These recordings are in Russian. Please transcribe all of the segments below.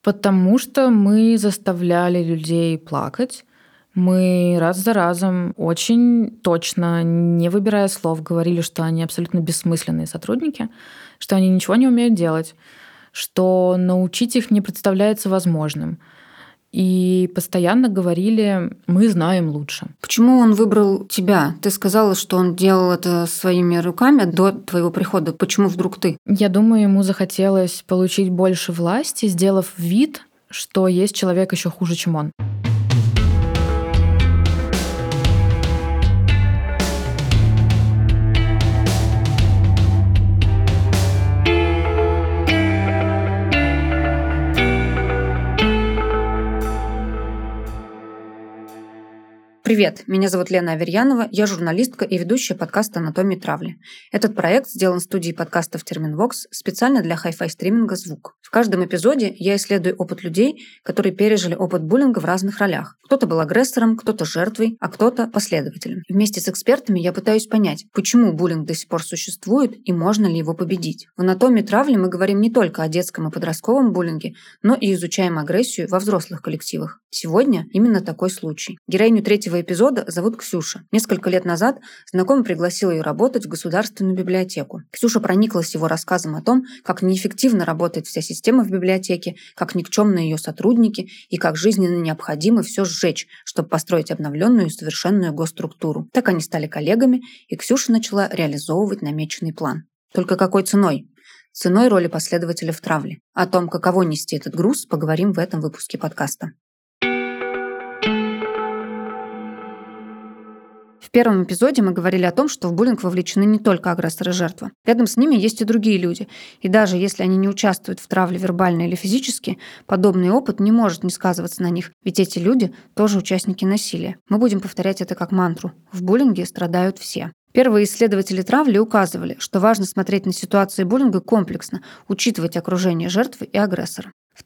Потому что мы заставляли людей плакать. Мы раз за разом очень точно, не выбирая слов, говорили, что они абсолютно бессмысленные сотрудники, что они ничего не умеют делать, что научить их не представляется возможным. И постоянно говорили: мы знаем лучше. Почему он выбрал тебя? Ты сказала, что он делал это своими руками до твоего прихода. Почему вдруг ты? Я думаю, ему захотелось получить больше власти, сделав вид, что есть человек еще хуже, чем он. Привет, меня зовут Лена Аверьянова, я журналистка и ведущая подкаста «Анатомия травли». Этот проект сделан студией подкастов «Терминвокс» специально для хай-фай стриминга «Звук». В каждом эпизоде я исследую опыт людей, которые пережили опыт буллинга в разных ролях. Кто-то был агрессором, кто-то жертвой, а кто-то последователем. Вместе с экспертами я пытаюсь понять, почему буллинг до сих пор существует и можно ли его победить. В «Анатомии травли» мы говорим не только о детском и подростковом буллинге, но и изучаем агрессию во взрослых коллективах. Сегодня именно такой случай. Героиню третьего эпизода зовут Ксюша. Несколько лет назад знакомый пригласил ее работать в государственную библиотеку. Ксюша прониклась его рассказом о том, как неэффективно работает вся система в библиотеке, как никчемны ее сотрудники и как жизненно необходимо все сжечь, чтобы построить обновленную и совершенную госструктуру. Так они стали коллегами, и Ксюша начала реализовывать намеченный план. Только какой ценой? Ценой роли последователя в травле. О том, каково нести этот груз, поговорим в этом выпуске подкаста. В первом эпизоде мы говорили о том, что в буллинг вовлечены не только агрессор и жертва. Рядом с ними есть и другие люди. И даже если они не участвуют в травле вербально или физически, подобный опыт не может не сказываться на них, ведь эти люди тоже участники насилия. Мы будем повторять это как мантру. В буллинге страдают все. Первые исследователи травли указывали, что важно смотреть на ситуации буллинга комплексно, учитывать окружение жертвы и агрессора. В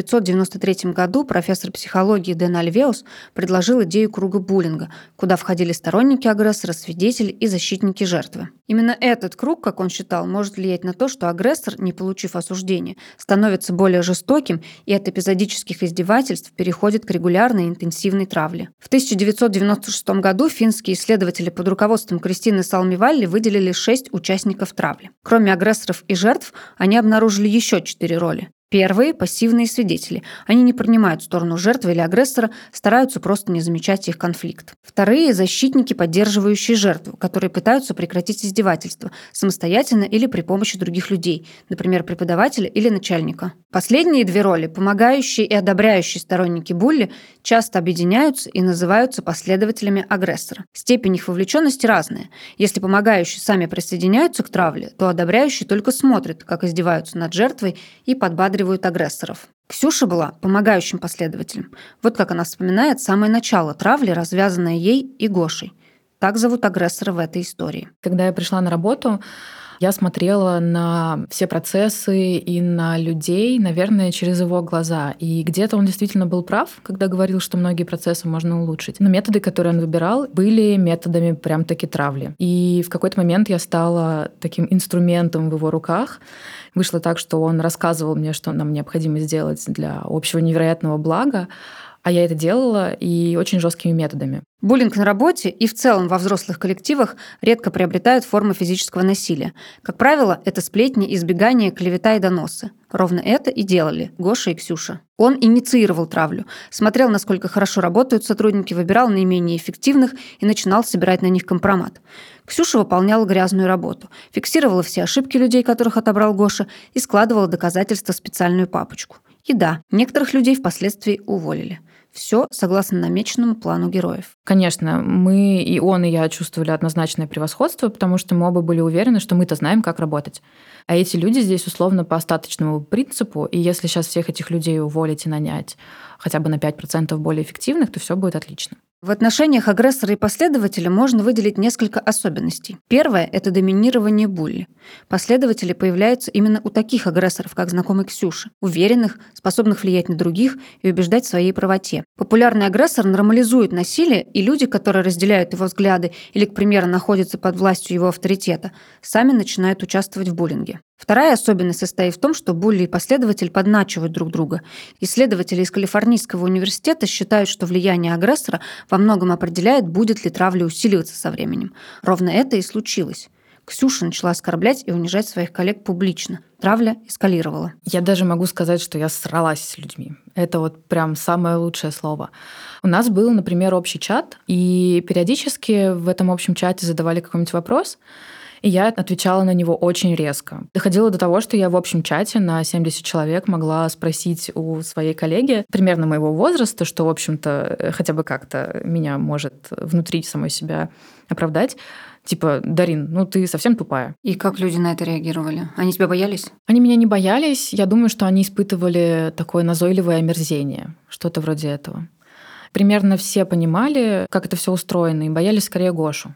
1993 году профессор психологии Дэн Альвеус предложил идею круга буллинга, куда входили сторонники агрессора, свидетели и защитники жертвы. Именно этот круг, как он считал, может влиять на то, что агрессор, не получив осуждения, становится более жестоким и от эпизодических издевательств переходит к регулярной интенсивной травле. В 1996 году финские исследователи под руководством Кристины Салмивалли выделили 6 участников травли. Кроме агрессоров и жертв, они обнаружили еще 4 роли. Первые – пассивные свидетели. Они не принимают сторону жертвы или агрессора, стараются просто не замечать их конфликт. Вторые – защитники, поддерживающие жертву, которые пытаются прекратить издевательство самостоятельно или при помощи других людей, например, преподавателя или начальника. Последние 2 роли, помогающие и одобряющие сторонники булли, часто объединяются и называются последователями агрессора. Степень их вовлеченности разная. Если помогающие сами присоединяются к травле, то одобряющие только смотрят, как издеваются над жертвой и подбадривают агрессоров. Ксюша была помогающим последователем. Вот как она вспоминает самое начало травли, развязанное ей и Гошей. Так зовут агрессора в этой истории. Когда я пришла на работу, я смотрела на все процессы и на людей, наверное, через его глаза. И где-то он действительно был прав, когда говорил, что многие процессы можно улучшить. Но методы, которые он выбирал, были методами прям-таки травли. И в какой-то момент я стала таким инструментом в его руках. Вышло так, что он рассказывал мне, что нам необходимо сделать для общего невероятного блага, а я это делала и очень жесткими методами. Буллинг на работе и в целом во взрослых коллективах редко приобретают формы физического насилия. Как правило, это сплетни, избегание, клевета и доносы. Ровно это и делали Гоша и Ксюша. Он инициировал травлю, смотрел, насколько хорошо работают сотрудники, выбирал наименее эффективных и начинал собирать на них компромат. Ксюша выполняла грязную работу, фиксировала все ошибки людей, которых отобрал Гоша, и складывала доказательства в специальную папочку. И да, некоторых людей впоследствии уволили. Все согласно намеченному плану героев. Конечно, мы, и он, и я чувствовали однозначное превосходство, потому что мы оба были уверены, что мы-то знаем, как работать. А эти люди здесь условно по остаточному принципу, и если сейчас всех этих людей уволить и нанять хотя бы на 5% более эффективных, то все будет отлично. В отношениях агрессора и последователя можно выделить несколько особенностей. Первое – это доминирование булли. Последователи появляются именно у таких агрессоров, как знакомый Ксюши, уверенных, способных влиять на других и убеждать в своей правоте. Популярный агрессор нормализует насилие, и люди, которые разделяют его взгляды или, к примеру, находятся под властью его авторитета, сами начинают участвовать в буллинге. Вторая особенность состоит в том, что булли и последователь подначивают друг друга. Исследователи из Калифорнийского университета считают, что влияние агрессора во многом определяет, будет ли травля усиливаться со временем. Ровно это и случилось. Ксюша начала оскорблять и унижать своих коллег публично. Травля эскалировала. Я даже могу сказать, что я сралась с людьми. Это вот прям самое лучшее слово. У нас был, например, общий чат, и периодически в этом общем чате задавали какой-нибудь вопрос, и я отвечала на него очень резко. Доходило до того, что я в общем чате на 70 человек могла спросить у своей коллеги примерно моего возраста, что, в общем-то, хотя бы как-то меня может внутри самой себя оправдать. Типа: Дарин, ты совсем тупая. И как люди на это реагировали? Они тебя боялись? Они меня не боялись. Я думаю, что они испытывали такое назойливое омерзение. Что-то вроде этого. Примерно все понимали, как это все устроено, и боялись скорее Гошу.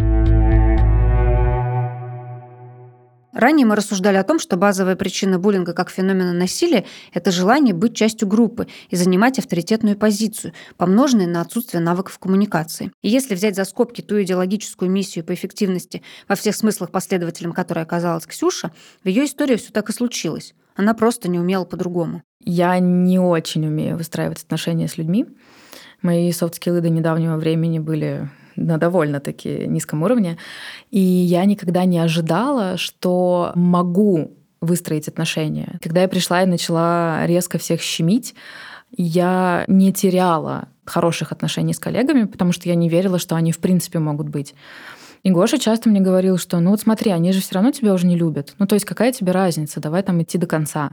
Ранее мы рассуждали о том, что базовая причина буллинга как феномена насилия– это желание быть частью группы и занимать авторитетную позицию, помноженное на отсутствие навыков коммуникации. И если взять за скобки ту идеологическую миссию по эффективности во всех смыслах последователем, которой оказалась Ксюша, в ее истории все так и случилось. Она просто не умела по-другому. Я не очень умею выстраивать отношения с людьми. Мои софт-скиллы до недавнего времени были на довольно-таки низком уровне. И я никогда не ожидала, что могу выстроить отношения. Когда я пришла и начала резко всех щемить, я не теряла хороших отношений с коллегами, потому что я не верила, что они в принципе могут быть. И Гоша часто мне говорил, что смотри, они же все равно тебя уже не любят. То есть какая тебе разница? Давай там идти до конца.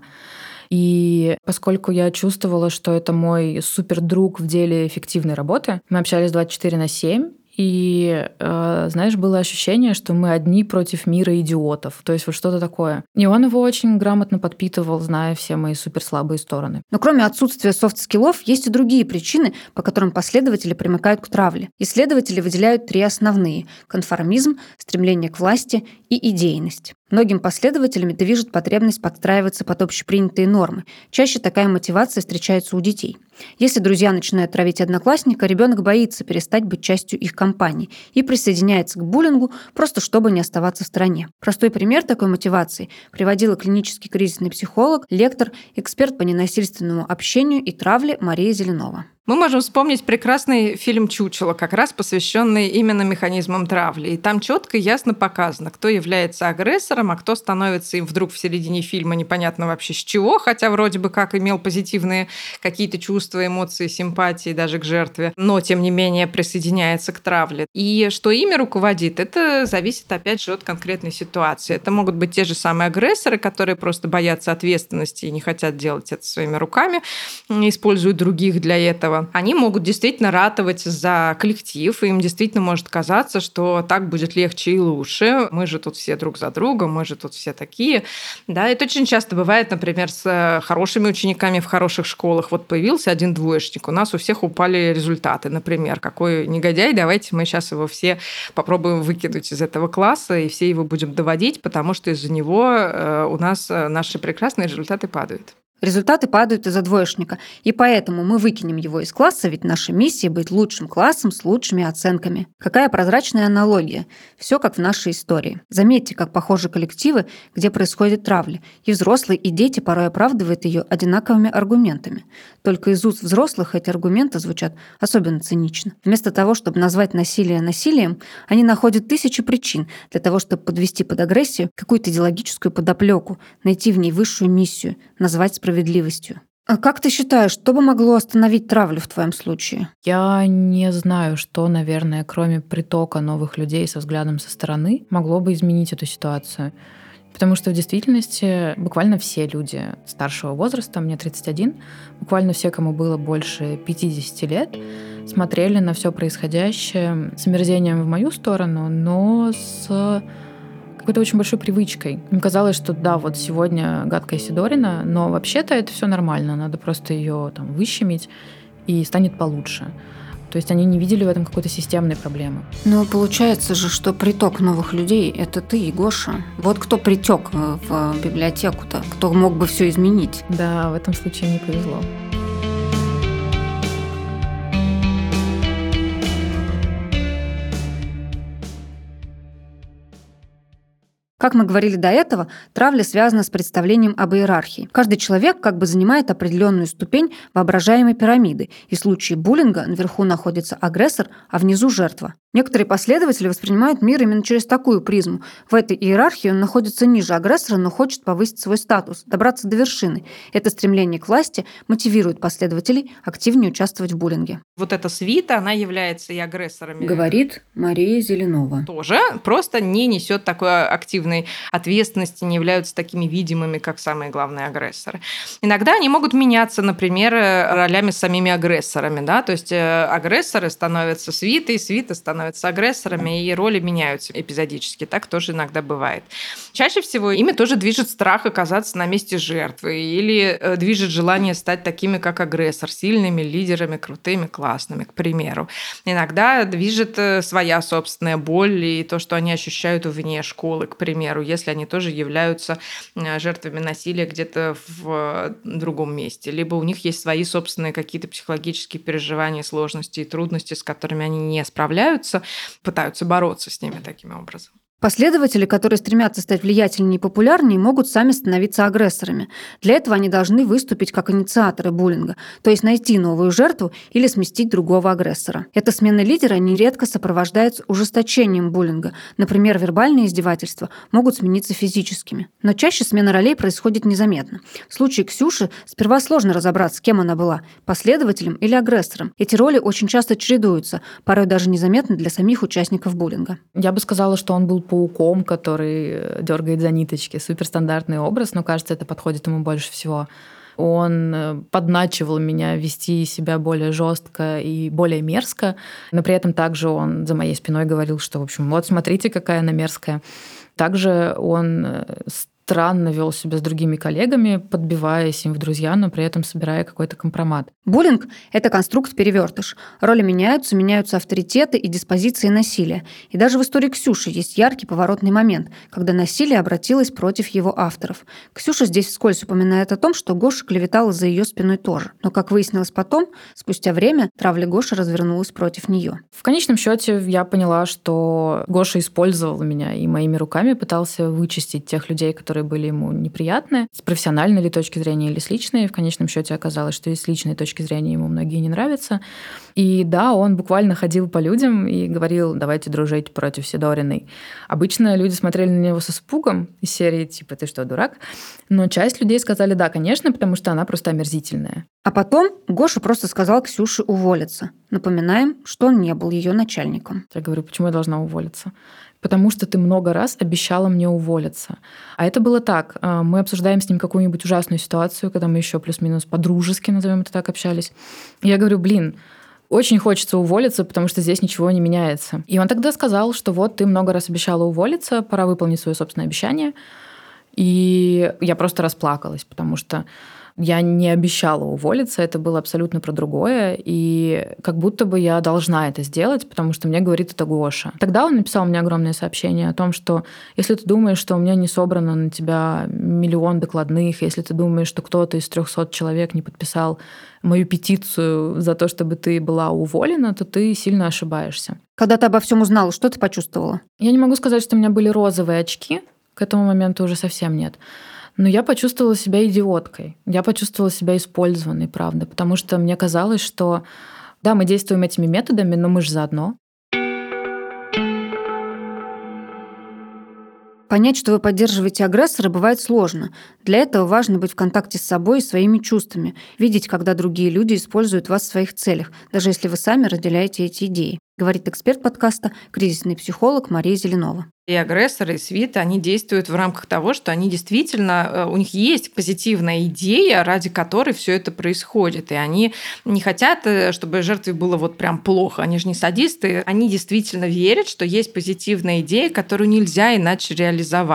И поскольку я чувствовала, что это мой супердруг в деле эффективной работы, мы общались 24/7, и, знаешь, было ощущение, что мы одни против мира идиотов. То есть вот что-то такое. И он его очень грамотно подпитывал, зная все мои суперслабые стороны. Но кроме отсутствия софт-скиллов, есть и другие причины, по которым последователи примыкают к травле. Исследователи выделяют 3 основные – конформизм, стремление к власти и идейность. Многим последователям движет потребность подстраиваться под общепринятые нормы. Чаще такая мотивация встречается у детей. Если друзья начинают травить одноклассника, ребенок боится перестать быть частью их компании и присоединяется к буллингу, просто чтобы не оставаться в стороне. Простой пример такой мотивации приводила клинический кризисный психолог, лектор, эксперт по ненасильственному общению и травле Мария Зеленова. Мы можем вспомнить прекрасный фильм «Чучело», как раз посвященный именно механизмам травли. И там четко и ясно показано, кто является агрессором, а кто становится им вдруг в середине фильма непонятно вообще с чего, хотя вроде бы как имел позитивные какие-то чувства, эмоции, симпатии даже к жертве, но тем не менее присоединяется к травле. И что ими руководит, это зависит опять же от конкретной ситуации. Это могут быть те же самые агрессоры, которые просто боятся ответственности и не хотят делать это своими руками, используют других для этого. Они могут действительно ратовать за коллектив, и им действительно может казаться, что так будет легче и лучше. Мы же тут все друг за друга, мы же тут все такие. Да, это очень часто бывает, например, с хорошими учениками в хороших школах. Вот появился один двоечник, у нас у всех упали результаты, например. Какой негодяй, давайте мы сейчас его все попробуем выкинуть из этого класса, и все его будем доводить, потому что из-за него у нас наши прекрасные результаты падают. Результаты падают из-за двоечника, и поэтому мы выкинем его из класса, ведь наша миссия – быть лучшим классом с лучшими оценками. Какая прозрачная аналогия. Все как в нашей истории. Заметьте, как похожи коллективы, где происходит травля. И взрослые, и дети порой оправдывают ее одинаковыми аргументами. Только из уст взрослых эти аргументы звучат особенно цинично. Вместо того, чтобы назвать насилие насилием, они находят тысячи причин для того, чтобы подвести под агрессию какую-то идеологическую подоплеку, найти в ней высшую миссию, назвать справедливостью. А как ты считаешь, что бы могло остановить травлю в твоем случае? Я не знаю, что, наверное, кроме притока новых людей со взглядом со стороны, могло бы изменить эту ситуацию. Потому что в действительности буквально все люди старшего возраста, мне 31, буквально все, кому было больше 50 лет, смотрели на все происходящее с омерзением в мою сторону, но с какой-то очень большой привычкой. Им казалось, что да, вот сегодня гадкая Сидорина, но вообще-то это все нормально, надо просто ее выщемить, и станет получше. То есть они не видели в этом какой-то системной проблемы. Но получается же, что приток новых людей – это ты и Гоша. Вот кто притек в библиотеку-то, кто мог бы все изменить. Да, в этом случае не повезло. Как мы говорили до этого, травля связана с представлением об иерархии. Каждый человек как бы занимает определенную ступень воображаемой пирамиды, и в случае буллинга наверху находится агрессор, а внизу жертва. Некоторые последователи воспринимают мир именно через такую призму. В этой иерархии он находится ниже агрессора, но хочет повысить свой статус, добраться до вершины. Это стремление к власти мотивирует последователей активнее участвовать в буллинге. Вот эта свита, она является и агрессорами. Говорит Мария Зеленова. Тоже просто не несет такой активной ответственности, не являются такими видимыми, как самые главные агрессоры. Иногда они могут меняться, например, ролями с самими агрессорами. Да? То есть агрессоры становятся свитой, свита становятся агрессорами, и роли меняются эпизодически. Так тоже иногда бывает. Чаще всего ими тоже движет страх оказаться на месте жертвы или движет желание стать такими, как агрессор, сильными лидерами, крутыми, классными, к примеру. Иногда движет своя собственная боль и то, что они ощущают вне школы, к примеру, если они тоже являются жертвами насилия где-то в другом месте. Либо у них есть свои собственные какие-то психологические переживания, сложности и трудности, с которыми они не справляются, пытаются бороться с ними таким образом. Последователи, которые стремятся стать влиятельнее и популярнее, могут сами становиться агрессорами. Для этого они должны выступить как инициаторы буллинга, то есть найти новую жертву или сместить другого агрессора. Эта смена лидера нередко сопровождается ужесточением буллинга. Например, вербальные издевательства могут смениться физическими. Но чаще смена ролей происходит незаметно. В случае Ксюши сперва сложно разобраться, кем она была – последователем или агрессором. Эти роли очень часто чередуются, порой даже незаметно для самих участников буллинга. Я бы сказала, что он был пауком, который дергает за ниточки. Суперстандартный образ, но, кажется, это подходит ему больше всего. Он подначивал меня вести себя более жестко и более мерзко, но при этом также он за моей спиной говорил, что, в общем, вот смотрите, какая она мерзкая. Также он странно вел себя с другими коллегами, подбиваясь им в друзья, но при этом собирая какой-то компромат. Буллинг – это конструкт-перевертыш. Роли меняются авторитеты и диспозиции насилия. И даже в истории Ксюши есть яркий поворотный момент, когда насилие обратилось против его авторов. Ксюша здесь вскользь упоминает о том, что Гоша клеветала за ее спиной тоже. Но, как выяснилось потом, спустя время травля Гоши развернулась против нее. В конечном счете я поняла, что Гоша использовал меня и моими руками пытался вычистить тех людей, которые были ему неприятны, с профессиональной ли точки зрения или с личной. В конечном счете оказалось, что и с личной точки зрения ему многие не нравятся. И да, он буквально ходил по людям и говорил: давайте дружить против Сидориной. Обычно люди смотрели на него с испугом из серии типа «ты что, дурак?». Но часть людей сказали «да, конечно», потому что она просто омерзительная. А потом Гоша просто сказал Ксюше уволиться. Напоминаем, что он не был ее начальником. Я говорю: почему я должна уволиться? Потому что ты много раз обещала мне уволиться. А это было так. Мы обсуждаем с ним какую-нибудь ужасную ситуацию, когда мы еще плюс-минус по-дружески, назовем это так, общались. И я говорю: очень хочется уволиться, потому что здесь ничего не меняется. И он тогда сказал, что вот ты много раз обещала уволиться, пора выполнить свое собственное обещание. И я просто расплакалась, потому что я не обещала уволиться, это было абсолютно про другое, и как будто бы я должна это сделать, потому что мне говорит это Гоша. Тогда он написал мне огромное сообщение о том, что если ты думаешь, что у меня не собрано на тебя миллион докладных, если ты думаешь, что кто-то из 300 человек не подписал мою петицию за то, чтобы ты была уволена, то ты сильно ошибаешься. Когда ты обо всем узнала, что ты почувствовала? Я не могу сказать, что у меня были розовые очки, к этому моменту уже совсем нет. Но я почувствовала себя идиоткой. Я почувствовала себя использованной, правда. Потому что мне казалось, что да, мы действуем этими методами, но мы же заодно. Понять, что вы поддерживаете агрессора, бывает сложно. Для этого важно быть в контакте с собой и своими чувствами, видеть, когда другие люди используют вас в своих целях, даже если вы сами разделяете эти идеи. Говорит эксперт подкаста, кризисный психолог Мария Зеленова. И агрессоры, и свиты, они действуют в рамках того, что они действительно, у них есть позитивная идея, ради которой все это происходит. И они не хотят, чтобы жертве было вот прям плохо. Они же не садисты. Они действительно верят, что есть позитивная идея, которую нельзя иначе реализовать.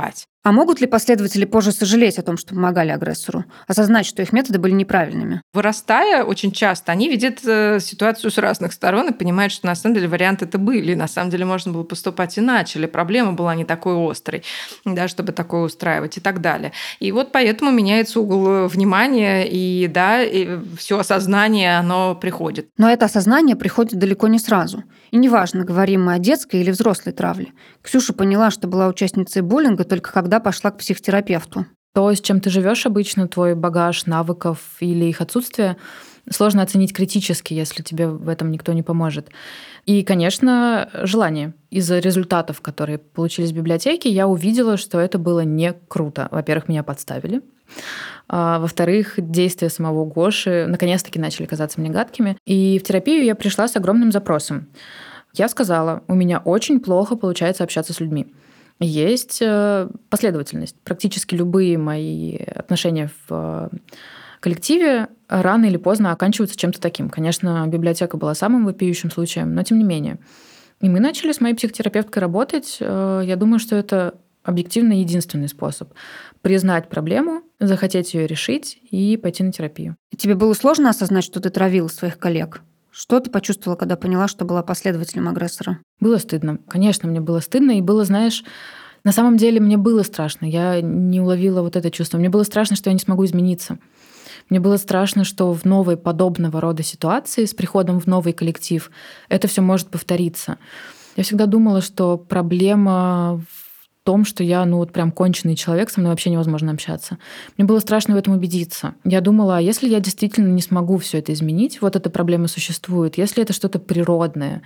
А могут ли последователи позже сожалеть о том, что помогали агрессору? Осознать, что их методы были неправильными? Вырастая, очень часто они видят ситуацию с разных сторон и понимают, что на самом деле варианты-то были. На самом деле можно было поступать иначе, или проблема была не такой острой, да, чтобы такое устраивать и так далее. И вот поэтому меняется угол внимания, и все осознание, оно приходит. Но это осознание приходит далеко не сразу. И неважно, говорим мы о детской или взрослой травле. Ксюша поняла, что была участницей буллинга только когда пошла к психотерапевту. То, с чем ты живешь обычно, твой багаж навыков или их отсутствие, сложно оценить критически, если тебе в этом никто не поможет. И, конечно, желание. Из-за результатов, которые получились в библиотеке, я увидела, что это было не круто. Во-первых, меня подставили. Во-вторых, действия самого Гоши наконец-таки начали казаться мне гадкими. И в терапию я пришла с огромным запросом. Я сказала, у меня очень плохо получается общаться с людьми. Есть последовательность. Практически любые мои отношения в коллективе рано или поздно оканчиваются чем-то таким. Конечно, библиотека была самым вопиющим случаем, но тем не менее. И мы начали с моей психотерапевткой работать. Я думаю, что это объективно единственный способ признать проблему, захотеть ее решить и пойти на терапию. И тебе было сложно осознать, что ты травила своих коллег? Что ты почувствовала, когда поняла, что была последователем агрессора? Было стыдно. Конечно, мне было стыдно. И было, знаешь, на самом деле мне было страшно. Я не уловила вот это чувство. Мне было страшно, что я не смогу измениться. Мне было страшно, что в новой подобного рода ситуации с приходом в новый коллектив это все может повториться. Я всегда думала, что проблема в том, что я, прям конченый человек, со мной вообще невозможно общаться. Мне было страшно в этом убедиться. Я думала, а если я действительно не смогу все это изменить, вот эта проблема существует, если это что-то природное,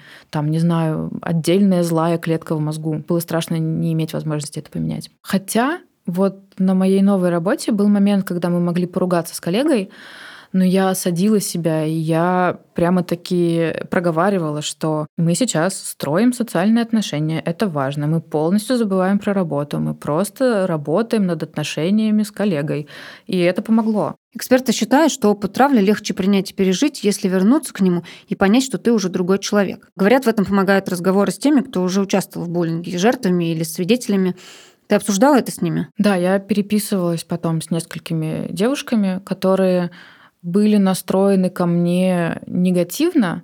отдельная злая клетка в мозгу, было страшно не иметь возможности это поменять. Хотя вот на моей новой работе был момент, когда мы могли поругаться с коллегой, но я садила себя, и я прямо-таки проговаривала, что мы сейчас строим социальные отношения, это важно, мы полностью забываем про работу, мы просто работаем над отношениями с коллегой, и это помогло. Эксперты считают, что опыт травли легче принять и пережить, если вернуться к нему и понять, что ты уже другой человек. Говорят, в этом помогают разговоры с теми, кто уже участвовал в буллинге, жертвами или свидетелями. Ты обсуждала это с ними? Да, я переписывалась потом с несколькими девушками, которые были настроены ко мне негативно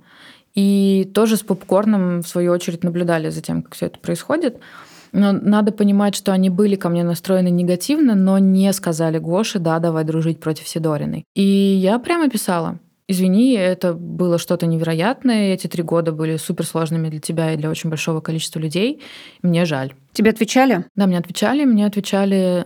и тоже с попкорном, в свою очередь, наблюдали за тем, как все это происходит. Но надо понимать, что они были ко мне настроены негативно, но не сказали Гоше, да, давай дружить против Сидориной. И я прямо писала: извини, это было что-то невероятное, эти 3 года были суперсложными для тебя и для очень большого количества людей, мне жаль. Тебе отвечали? Да, мне отвечали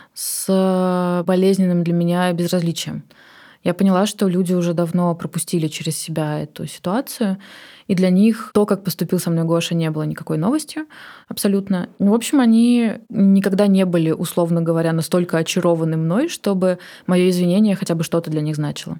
с болезненным для меня безразличием. Я поняла, что люди уже давно пропустили через себя эту ситуацию, и для них то, как поступил со мной Гоша, не было никакой новостью абсолютно. В общем, они никогда не были, условно говоря, настолько очарованы мной, чтобы мое извинение хотя бы что-то для них значило.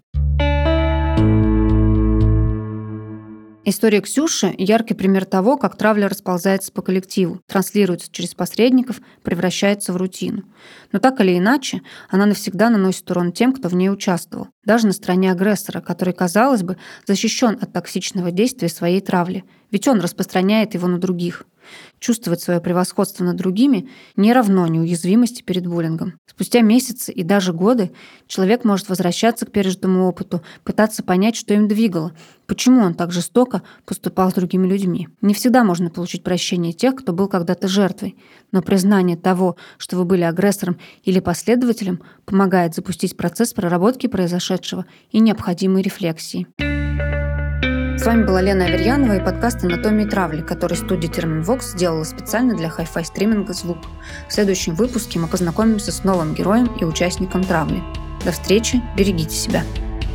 История Ксюши – яркий пример того, как травля расползается по коллективу, транслируется через посредников, превращается в рутину. Но так или иначе, она навсегда наносит урон тем, кто в ней участвовал. Даже на стороне агрессора, который, казалось бы, защищен от токсичного действия своей травли. Ведь он распространяет его на других. Чувствовать свое превосходство над другими не равно неуязвимости перед буллингом. Спустя месяцы и даже годы человек может возвращаться к пережитому опыту, пытаться понять, что им двигало, почему он так жестоко поступал с другими людьми. Не всегда можно получить прощение тех, кто был когда-то жертвой, но признание того, что вы были агрессором или последователем, помогает запустить процесс проработки произошедшего и необходимой рефлексии. С вами была Лена Аверьянова и подкаст «Анатомия травли», который студия Terminvox сделала специально для хай-фай стриминга «Звук». В следующем выпуске мы познакомимся с новым героем и участником травли. До встречи, берегите себя.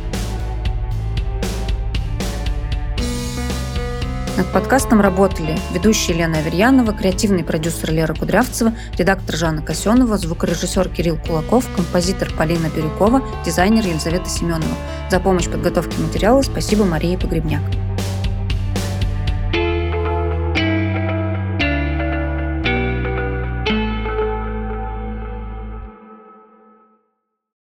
Над подкастом работали ведущая Лена Аверьянова, креативный продюсер Лера Кудрявцева, редактор Жанна Касенова, звукорежиссер Кирилл Кулаков, композитор Полина Бирюкова, дизайнер Елизавета Семенова. За помощь в подготовке материала спасибо Марии Погребняк.